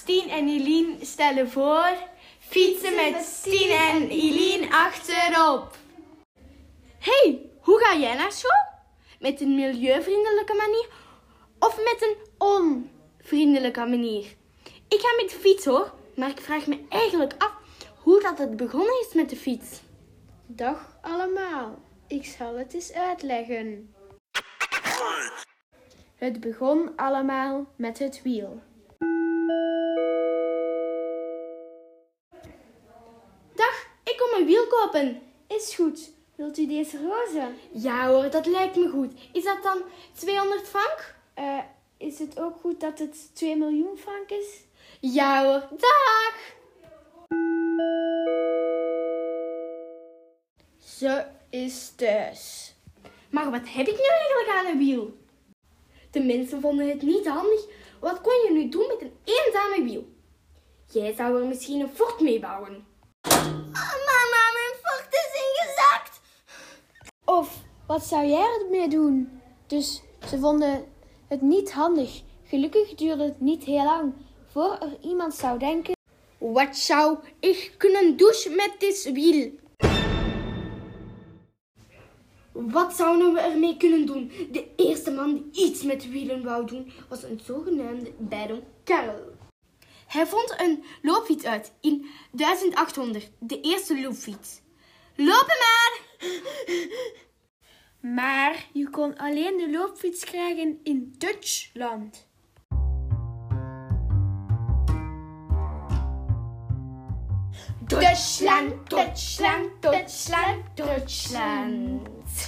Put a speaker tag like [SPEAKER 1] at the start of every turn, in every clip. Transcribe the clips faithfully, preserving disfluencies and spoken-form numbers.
[SPEAKER 1] Stien en Eileen stellen voor fietsen met Stien en Eileen achterop. Hey, hoe ga jij naar school? Met een milieuvriendelijke manier of met een onvriendelijke manier? Ik ga met de fiets hoor, maar ik vraag me eigenlijk af hoe dat het begonnen is met de fiets.
[SPEAKER 2] Dag allemaal, ik zal het eens uitleggen. Het begon allemaal met het wiel.
[SPEAKER 1] Dag, ik kom een wiel kopen.
[SPEAKER 2] Is goed. Wilt u deze roze?
[SPEAKER 1] Ja hoor, dat lijkt me goed. Is dat dan tweehonderd frank?
[SPEAKER 2] Uh, is het ook goed dat het twee miljoen frank is?
[SPEAKER 1] Ja hoor, dag!
[SPEAKER 2] Ze is thuis.
[SPEAKER 1] Maar wat heb ik nu eigenlijk aan een wiel? De mensen vonden het niet handig. Wat kon je nu doen met een eenzame wiel? Jij zou er misschien een fort mee bouwen. Oh, mama, mijn fort is ingezakt.
[SPEAKER 2] Of, wat zou jij ermee doen? Dus ze vonden het niet handig. Gelukkig duurde het niet heel lang voor er iemand zou denken:
[SPEAKER 1] wat zou ik kunnen douchen met dit wiel? Wat zouden we ermee kunnen doen? De eerste man die iets met wielen wou doen, was een zogenaamde Baron Karel. Hij vond een loopfiets uit in duizend achthonderd, de eerste loopfiets. Lopen maar!
[SPEAKER 2] Maar je kon alleen de loopfiets krijgen in Duitsland.
[SPEAKER 1] Duitsland, Duitsland, Duitsland, Duitsland.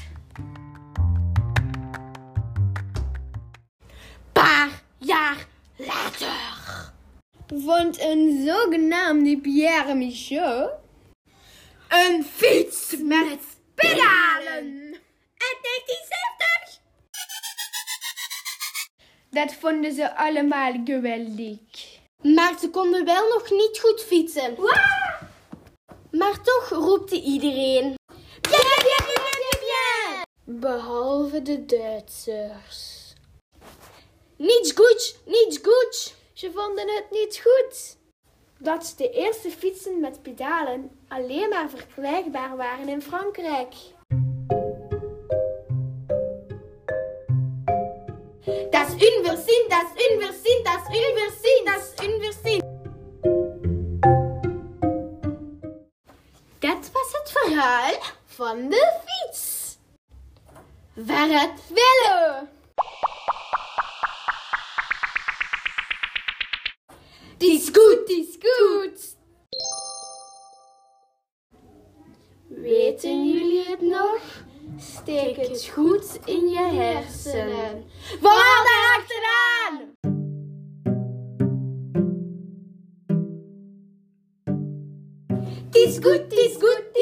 [SPEAKER 1] Paar jaar later
[SPEAKER 2] vond een zogenaamde Pierre Michaud
[SPEAKER 1] een fiets met pedalen. In negentien zeventig.
[SPEAKER 2] Dat vonden ze allemaal geweldig.
[SPEAKER 1] Maar ze konden wel nog niet goed fietsen. Waaah! Maar toch roepte iedereen: Bien, bien, bien, bien, bien.
[SPEAKER 2] Behalve de Duitsers.
[SPEAKER 1] Niets goed, niets goed.
[SPEAKER 2] Ze vonden het niet goed dat de eerste fietsen met pedalen alleen maar verkrijgbaar waren in Frankrijk.
[SPEAKER 1] Dat is unverzin, dat is unverzin, dat is unverzin, dat is unverzin. Dat was het verhaal van de fiets. Waar het velo. Het is goed, het is goed.
[SPEAKER 2] Weten jullie het nog? Steek het goed in je hersenen.
[SPEAKER 1] Vooral daar achteraan! Het is goed, het is goed.